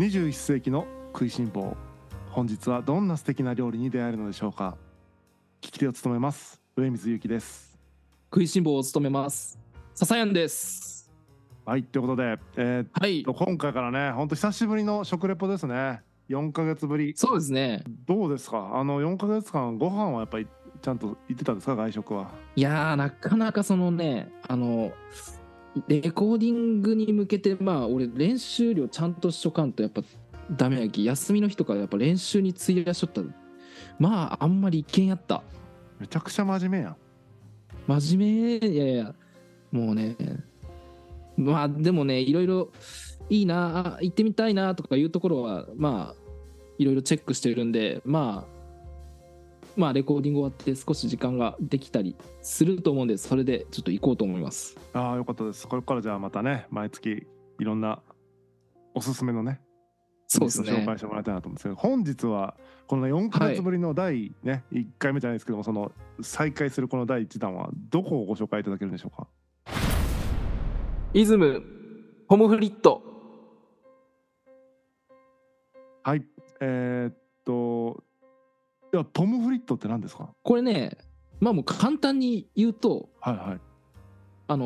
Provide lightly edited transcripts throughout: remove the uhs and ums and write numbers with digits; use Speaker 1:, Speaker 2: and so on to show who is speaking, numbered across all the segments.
Speaker 1: 21世紀の食いしん坊、本日はどんな素敵な料理に出会えるのでしょうか。聞き手を務めます上水祐樹です。
Speaker 2: 食いしん坊を務めます笹谷です。
Speaker 1: はい、ということで、
Speaker 2: はい、
Speaker 1: 今回からね、ほんと久しぶりの食レポですね。4ヶ月ぶり。
Speaker 2: そうですね。
Speaker 1: どうですか、4ヶ月間ご飯はやっぱりちゃんと行ってたんですか、外食は。
Speaker 2: いやー、なかなかそのね、レコーディングに向けて、まあ俺練習量ちゃんとしとかんとやっぱダメやき、休みの日とかやっぱ練習に費やしとったら、まああんまりいけんやった。
Speaker 1: めちゃくちゃ真面目やん。
Speaker 2: 真面目。いやもうね、まあでもね、いろいろいいな、行ってみたいなとかいうところはまあいろいろチェックしてるんで、まあレコーディング終わって少し時間ができたりすると思うんで、それでちょっと行こうと思います。
Speaker 1: ああ、よかったです。これからじゃあまたね、毎月いろんなおすすめのね、
Speaker 2: そうですね。
Speaker 1: 紹介してもらいたいなと思うんですけど、本日はこの4ヶ月ぶりの第ね、1回目じゃないですけども、その再開するこの第1弾はどこをご紹介いただけるんでしょうか。
Speaker 2: イズムポムフリット。
Speaker 1: はい、いや、ポムフリットって何ですか。
Speaker 2: これね、まあもう簡単に言うと、
Speaker 1: はいはい。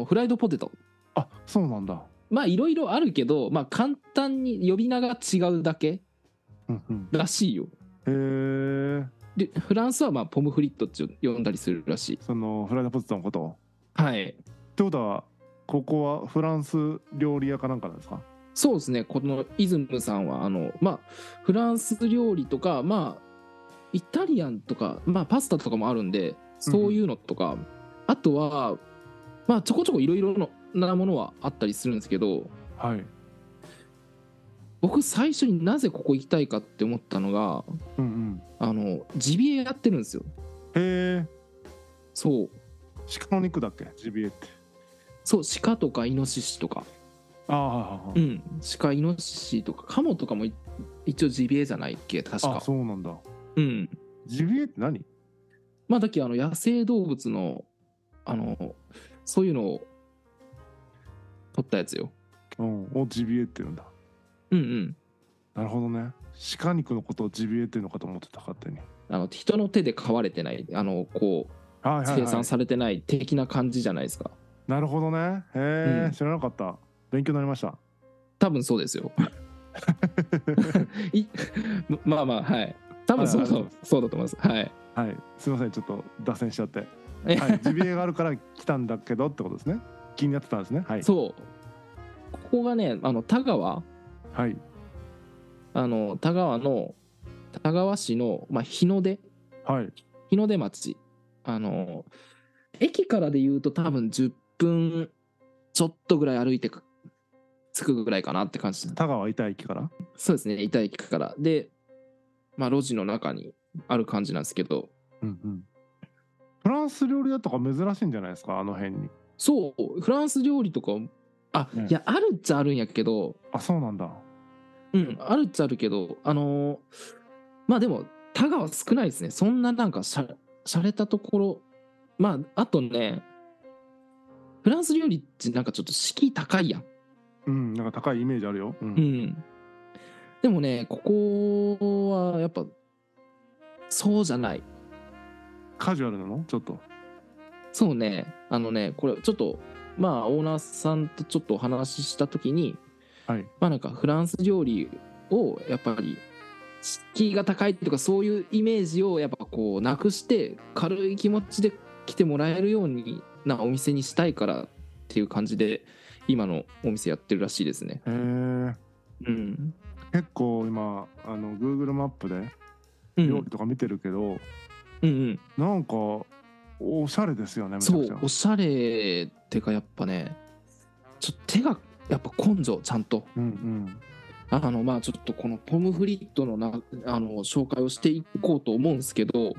Speaker 2: フライドポテト。
Speaker 1: あ、そうなんだ。
Speaker 2: まあいろいろあるけど、まあ簡単に呼び名が違うだけらしいよ。
Speaker 1: へえ。
Speaker 2: でフランスはまあポムフリットって呼んだりするらしい。
Speaker 1: そのフライドポテトのことを。
Speaker 2: はい。
Speaker 1: ってことはここはフランス料理屋かなんかなんですか。
Speaker 2: そうですね。このイズムさんはまあフランス料理とか、まあイタリアンとか、まあパスタとかもあるんで、そういうのとか、あとはまあちょこちょこいろいろなものはあったりするんですけど、
Speaker 1: はい。
Speaker 2: 僕最初になぜここ行きたいかって思ったのが、ジビエやってるんですよ。
Speaker 1: へえ。
Speaker 2: そう。
Speaker 1: 鹿の肉だっけ、ジビエって。
Speaker 2: そう、鹿とかイノシシとか。
Speaker 1: ああ、
Speaker 2: うん、鹿、イノシシとかカモとかも一応ジビエじゃないっけ、確か。
Speaker 1: あ、そうなんだ。
Speaker 2: うん。
Speaker 1: ジビエって何。
Speaker 2: まあだっけ、野生動物のそういうのを取ったやつよ。
Speaker 1: をジビエって言うんだ。
Speaker 2: うんうん。
Speaker 1: なるほどね。鹿肉のことをジビエっていうのかと思ってた、勝手に。
Speaker 2: 人の手で飼われてない、こう、生産されてない的な感じじゃないですか。
Speaker 1: なるほどね。へえ、知らなかった。勉強になりました。
Speaker 2: 多分そうですよ。まあまあ、はい。多分そうだと思います。はい。
Speaker 1: はい、すみません、ちょっと脱線しちゃって。はい、ジビエがあるから来たんだけどってことですね。気になってたんですね。はい。
Speaker 2: そう。ここがね、田川。
Speaker 1: はい。
Speaker 2: 田川市の、まあ、日の出。
Speaker 1: はい。
Speaker 2: 日の出町。駅からで言うと多分10分ちょっとぐらい歩いて着くぐらいかなって感じ。
Speaker 1: 田川板駅から。
Speaker 2: そうですね、板駅からで、まあ路地の中にある感じなんですけど、
Speaker 1: フランス料理屋とか珍しいんじゃないですか、あの辺に。
Speaker 2: そうフランス料理とかいや、あるっちゃあるんやけど。
Speaker 1: あ、そうなんだ。
Speaker 2: あるっちゃあるけど、まあでも田川少ないですね。そんななんかしゃれたところ。まああとね、フランス料理ってなんかちょっと敷居高いやん。
Speaker 1: なんか高いイメージあるよ。
Speaker 2: でもね、ここはやっぱそうじゃない。
Speaker 1: カジュアルなのちょっと。
Speaker 2: そうね、これちょっとまあオーナーさんとちょっとお話しした時に、まあなんかフランス料理をやっぱり敷居が高いとかそういうイメージをやっぱこうなくして、軽い気持ちで来てもらえるようなお店にしたいからっていう感じで今のお店やってるらしいですね。
Speaker 1: へえ。結構今Google マップで料理とか見てるけど、なんかおしゃれですよね。めちゃくちゃ。
Speaker 2: そう、おしゃれってかやっぱね、ちょっと手がやっぱ根性ちゃんと。まあちょっとこのポムフリットの紹介をしていこうと思うんですけど、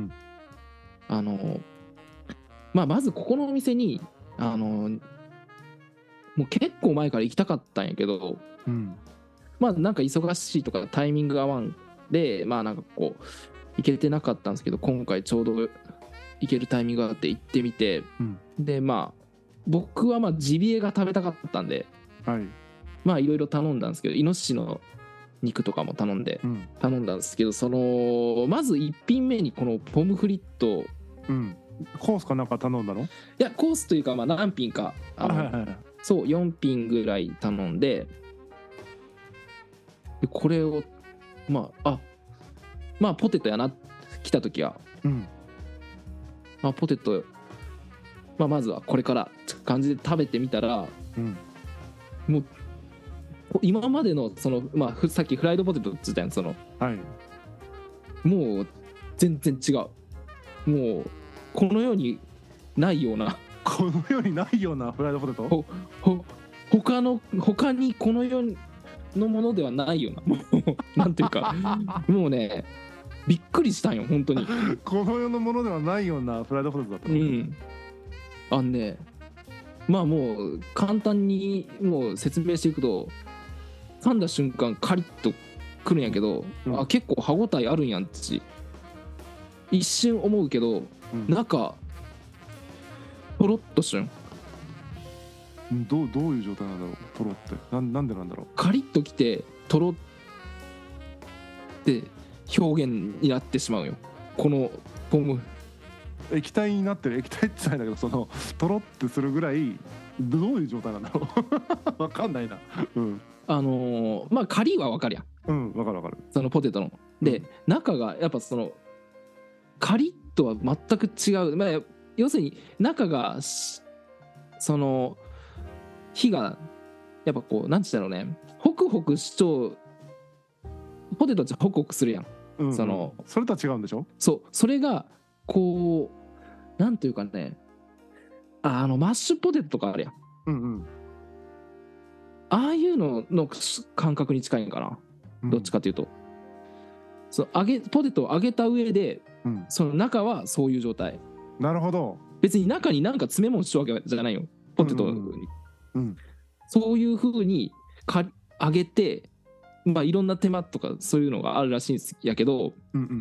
Speaker 2: まあまずここのお店にもう結構前から行きたかったんやけど、まあなんか忙しいとかタイミングが合わんで、まあなんかこう行けてなかったんですけど、今回ちょうど行けるタイミングがあって行ってみて、でまあ僕はまあジビエが食べたかったんで、まあいろいろ頼んだんですけど、イノシシの肉とかも頼んだんですけど、そのまず1品目にこのポムフリット、
Speaker 1: コースかなんか頼んだの？
Speaker 2: いやコースというか、まあ何品かそう4品ぐらい頼んで、これをまあポテトやな、来た時は、ポテト、まずはこれからって感じで食べてみたら、もう今までのその、さっきフライドポテトって言ったやん、その、もう全然違う。もうこの世にないような
Speaker 1: この世にないようなフライドポテト、
Speaker 2: 他にこの世のものではないような、もうなんていうかもうねびっくりしたんよ本当に
Speaker 1: この世のものではないようなフライドポテトだった
Speaker 2: の。もう簡単にもう説明していくと、噛んだ瞬間カリッとくるんやけど、結構歯ごたえあるんやんって一瞬思うけど、中とろっとしゅん。
Speaker 1: どういう状態なんだろう、とろって。なんでなんだろう。
Speaker 2: カリッときてとろって表現になってしまうよ、このポム。
Speaker 1: 液体になってる、液体って言ったんだけど、そのとろってするぐらいどういう状態なんだろうわかんないな。
Speaker 2: カリはわかるや
Speaker 1: ん。わかる
Speaker 2: そのポテトので、中がやっぱそのカリッとは全く違う。要するに中がその火がやっぱこうなんて言うんだろうね、ホクホクしとポテトってホクホクするやん、それ
Speaker 1: とは違うんでしょ。
Speaker 2: それがこうなんていうかね、マッシュポテトとかあるやん、ああいうのの感覚に近いんかな、どっちかというと。ポテトを揚げた上で、その中はそういう状態。
Speaker 1: なるほど。
Speaker 2: 別に中になんか詰め物しとるわけじゃないよ、ポテトに。そういう風に揚げて、いろんな手間とかそういうのがあるらしいんですやけど、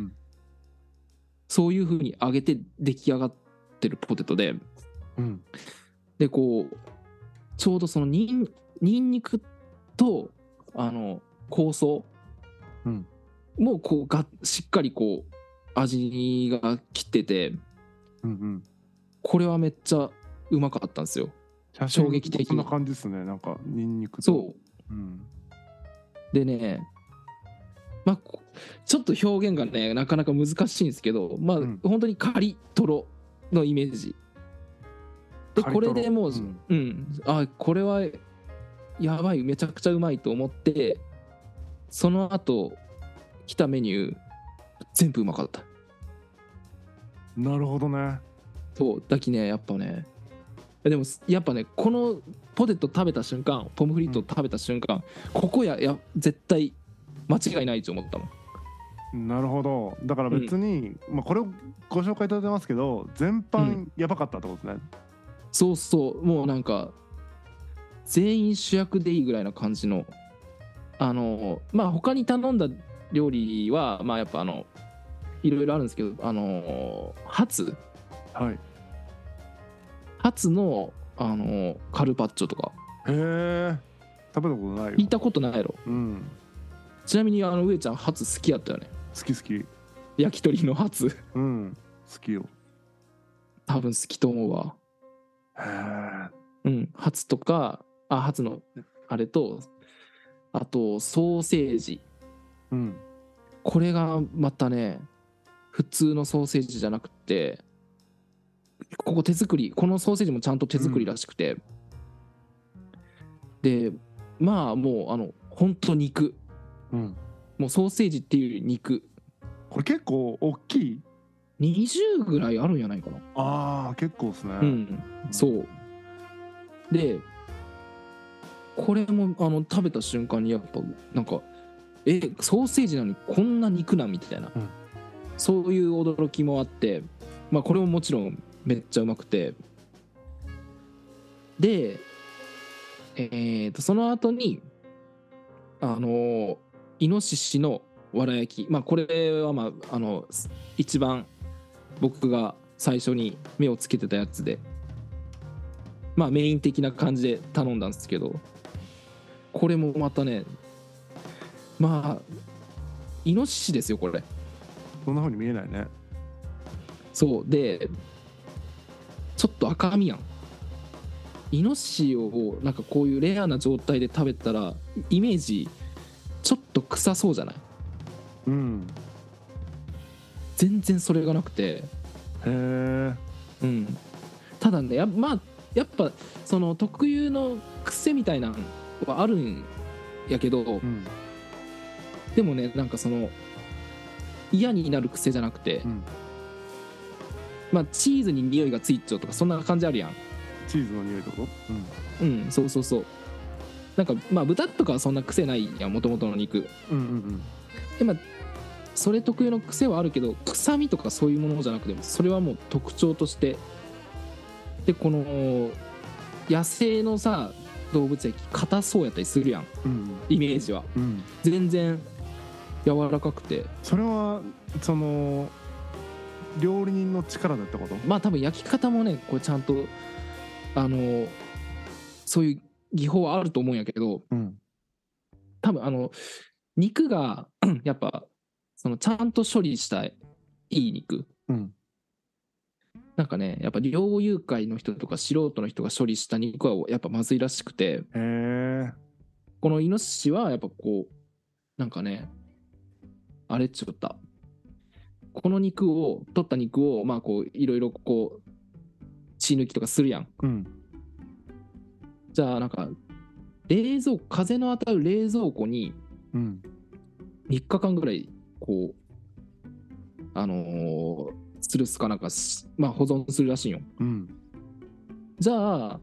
Speaker 2: そういう風に揚げて出来上がってるポテトで、でこうちょうどそのニンニクと香草もうこうしっかりこう味がきってて、これはめっちゃうまかったんですよ。衝撃的に。
Speaker 1: そんな感じですね。なんかニンニクと。
Speaker 2: そう。でね、ちょっと表現がねなかなか難しいんですけど、本当にカリトロのイメージ。でこれでもう、これはやばい、めちゃくちゃうまいと思って、その後来たメニュー全部うまかった。
Speaker 1: なるほどね。
Speaker 2: そうだきね、やっぱね、でもやっぱね、このポテト食べた瞬間、ポムフリット食べた瞬間、ここ絶対間違いないと思ったもん。
Speaker 1: なるほど。だから別に、これをご紹介いただいてますけど、全般やばかったってことですね。
Speaker 2: そうもうなんか全員主役でいいぐらいな感じの、他に頼んだ料理はやっぱいろいろあるんですけど、ハツのカルパッチョとか。
Speaker 1: へえ、食べたことないよ。
Speaker 2: 聞いたことないやろ。ちなみに上ちゃんハツ好きやったよね。
Speaker 1: 好き。
Speaker 2: 焼き鳥のハツ
Speaker 1: 好きよ。
Speaker 2: 多分好きと思うわ。ハツとか、ハツのあれと、あとソーセージ、これがまたね普通のソーセージじゃなくて、ここ手作り、このソーセージもちゃんと手作りらしくて、でもうほんと肉、もうソーセージっていう肉。
Speaker 1: これ結構大きい
Speaker 2: ？20ぐらいあるんじゃないかな。
Speaker 1: 結構ですね。
Speaker 2: そうで、これも食べた瞬間にやっぱなんかソーセージなのにこんな肉なみたいな、そういう驚きもあって、これももちろんめっちゃうまくて、でその後にイノシシのわら焼き、これは一番僕が最初に目をつけてたやつで、メイン的な感じで頼んだんですけど、これもまたねまあイノシシですよこれ。
Speaker 1: そんな風に見えないね。
Speaker 2: そうでちょっと赤身やん。イノシシをなんかこういうレアな状態で食べたらイメージちょっと臭そうじゃない？
Speaker 1: うん。
Speaker 2: 全然それがなくて。
Speaker 1: へえ。
Speaker 2: うん。ただねやっぱその特有の癖みたいなのはあるんやけど、うん、でもねなんかその嫌になる癖じゃなくて、うん、まあチーズに匂いがついちゃうとかそんな感じあるやん。
Speaker 1: チーズの匂いとか、
Speaker 2: うん、うん、そうそうそう。なんかまあ豚とかはそんな癖ないやん、もともとの肉。
Speaker 1: うんうんうん。
Speaker 2: でまあそれ特有の癖はあるけど臭みとかそういうものじゃなくてもそれはもう特徴としてで、この野生のさ動物液硬そうやったりするやん、うん、イメージは、うん、全然柔らかくて。
Speaker 1: それはその料理人の力だってこと？
Speaker 2: まあ多分焼き方もねこれちゃんとそういう技法はあると思うんやけど、うん、多分肉がやっぱそのちゃんと処理したいい肉、うん、なんかねやっぱ猟友会の人とか素人の人が処理した肉はやっぱまずいらしくて、このイノシシはやっぱこうなんかねあれっちゃった、この肉を取った肉をまあこういろいろこう血抜きとかするやん、うん、じゃあなんか風の当たる冷蔵庫に3日間ぐらいこうスルスかなんか、まあ、保存するらしいよ、うん、じゃあ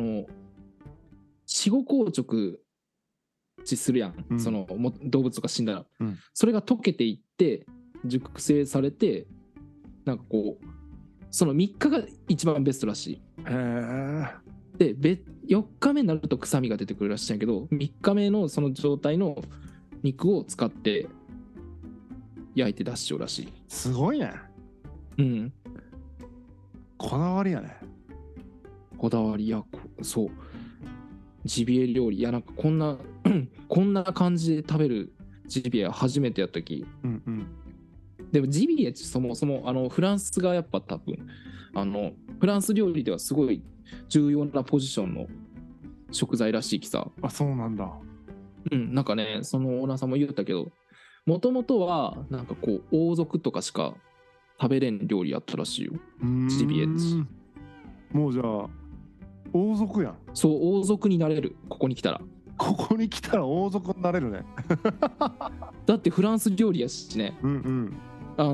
Speaker 2: 死後硬直死するやん、うん、その動物とか死んだら、うん、それが溶けていって熟成されてなんかこうその3日が一番ベストらしい。で4日目になると臭みが出てくるらしいんやけど3日目のその状態の肉を使って焼いて出しちゃうらしい。
Speaker 1: すごいね。
Speaker 2: うん。
Speaker 1: こだわりやね。
Speaker 2: こだわりやそうジビエ料理いやなんかこんなこんな感じで食べるジビエ初めてやったき、うんうん、でもジビエってそもそもフランスがやっぱ多分フランス料理ではすごい重要なポジションの食材らしいきさ。
Speaker 1: あ、そうなんだ。
Speaker 2: うん、なんかねそのオーナーさんも言ったけどもともとはなんかこう王族とかしか食べれん料理やったらしいよジビエって。
Speaker 1: もうじゃあ王族やん。
Speaker 2: そう王族になれる。ここに来たら
Speaker 1: 王族になれるね
Speaker 2: だってフランス料理やしね。うんうん。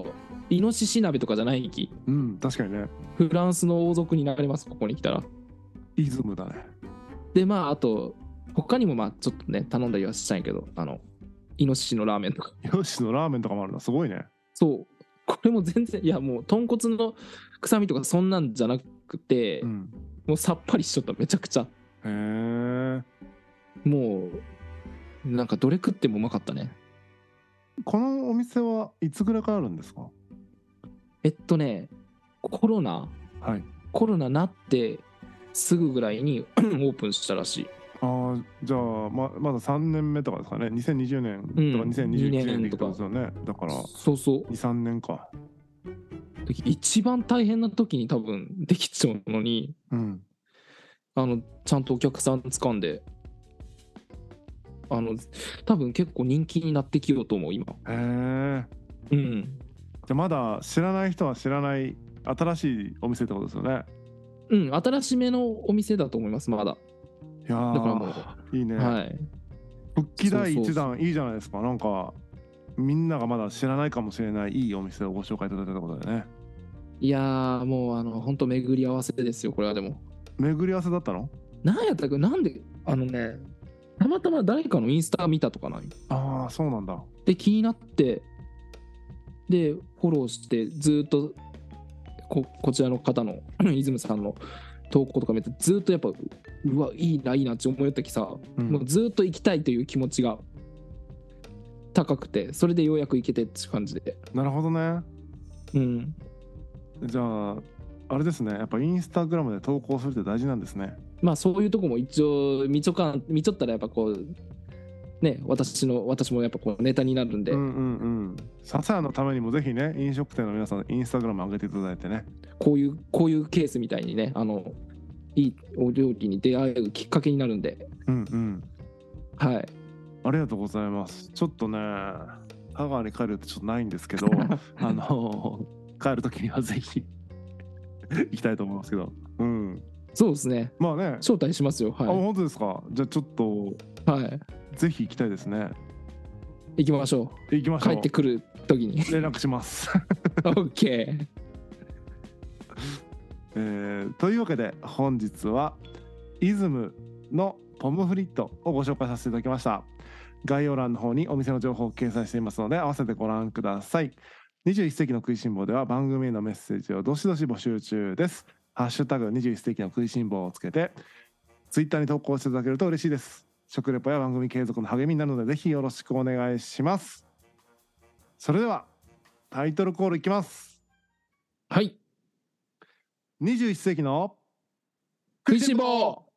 Speaker 2: イノシシ鍋とかじゃないき。
Speaker 1: うん、確かにね。
Speaker 2: フランスの王族になれますここに来たら。
Speaker 1: イズムだね。
Speaker 2: でまああと他にもまあちょっとね頼んだりはしたんやけどイノシシのラーメンとか。
Speaker 1: イノシシのラーメンとかもあるのすごいね。
Speaker 2: そうこれも全然いやもう豚骨の臭みとかそんなんじゃなくて、うん、もうさっぱりしちゃっためちゃくちゃ。へえ。もうなんかどれ食ってもうまかったね。
Speaker 1: このお店はいつぐらいからあるんですか？
Speaker 2: コロナなってすぐぐらいにオープンしたらしい。
Speaker 1: ああ、じゃあ まだ3年目とかですかね。2020年とか2021年とかですよね。だから
Speaker 2: そうそう
Speaker 1: 2,3 年か。
Speaker 2: 一番大変な時に多分できちゃうのに、うん、ちゃんとお客さん掴んで多分結構人気になってきようと思う今。へえ。
Speaker 1: うん。じゃあまだ知らない人は知らない新しいお店ってことですよね。
Speaker 2: うん、新しめのお店だと思いますまだ。
Speaker 1: いやだからもういいね。はい。復帰第一弾いいじゃないですか。なんかみんながまだ知らないかもしれないいいお店をご紹介いただいたことでね。
Speaker 2: いやーもう本当巡り合わせですよこれは。でも
Speaker 1: 巡り合わせだったの？
Speaker 2: なんやったかなんでたまたま誰かのインスタ見たとかない？
Speaker 1: ああそうなんだ。
Speaker 2: で気になってでフォローしてずっとこちらの方のイズムさんの投稿とか見てずっとやっぱうわいいないいなって思いよったきさ、うん、もうずっと行きたいという気持ちが高くてそれでようやく行けてって感じで。
Speaker 1: なるほどね。
Speaker 2: うん。
Speaker 1: じゃああれですねやっぱインスタグラムで投稿するって大事なんですね。
Speaker 2: まあそういうとこも一応見ちょったらやっぱこうね、私もやっぱこうネタになるんで、
Speaker 1: 笹屋のためにもぜひね、飲食店の皆さんインスタグラム上げていただいてね、
Speaker 2: こういうケースみたいにね、いいお料理に出会えるきっかけになるんで、はい、
Speaker 1: ありがとうございます。ちょっとね、香川に帰るってちょっとないんですけど帰る時にはぜひ行きたいと思いますけど、
Speaker 2: そうですね。まあね、招待しますよ。はい。
Speaker 1: 本当ですか。じゃあちょっと、はい、ぜひ行きたいですね。
Speaker 2: 行きましょう。帰ってくる時に
Speaker 1: 連絡します。
Speaker 2: OK。
Speaker 1: というわけで本日はイズムのポムフリットをご紹介させていただきました。概要欄の方にお店の情報を掲載していますので合わせてご覧ください。21世紀の食いしん坊では番組へのメッセージをどしどし募集中です。ハッシュタグ21世紀の食いしん坊をつけてツイッターに投稿していただけると嬉しいです。食レポや番組継続の励みになるのでぜひよろしくお願いします。それではタイトルコールいきます。はい。21世紀の食いしん坊。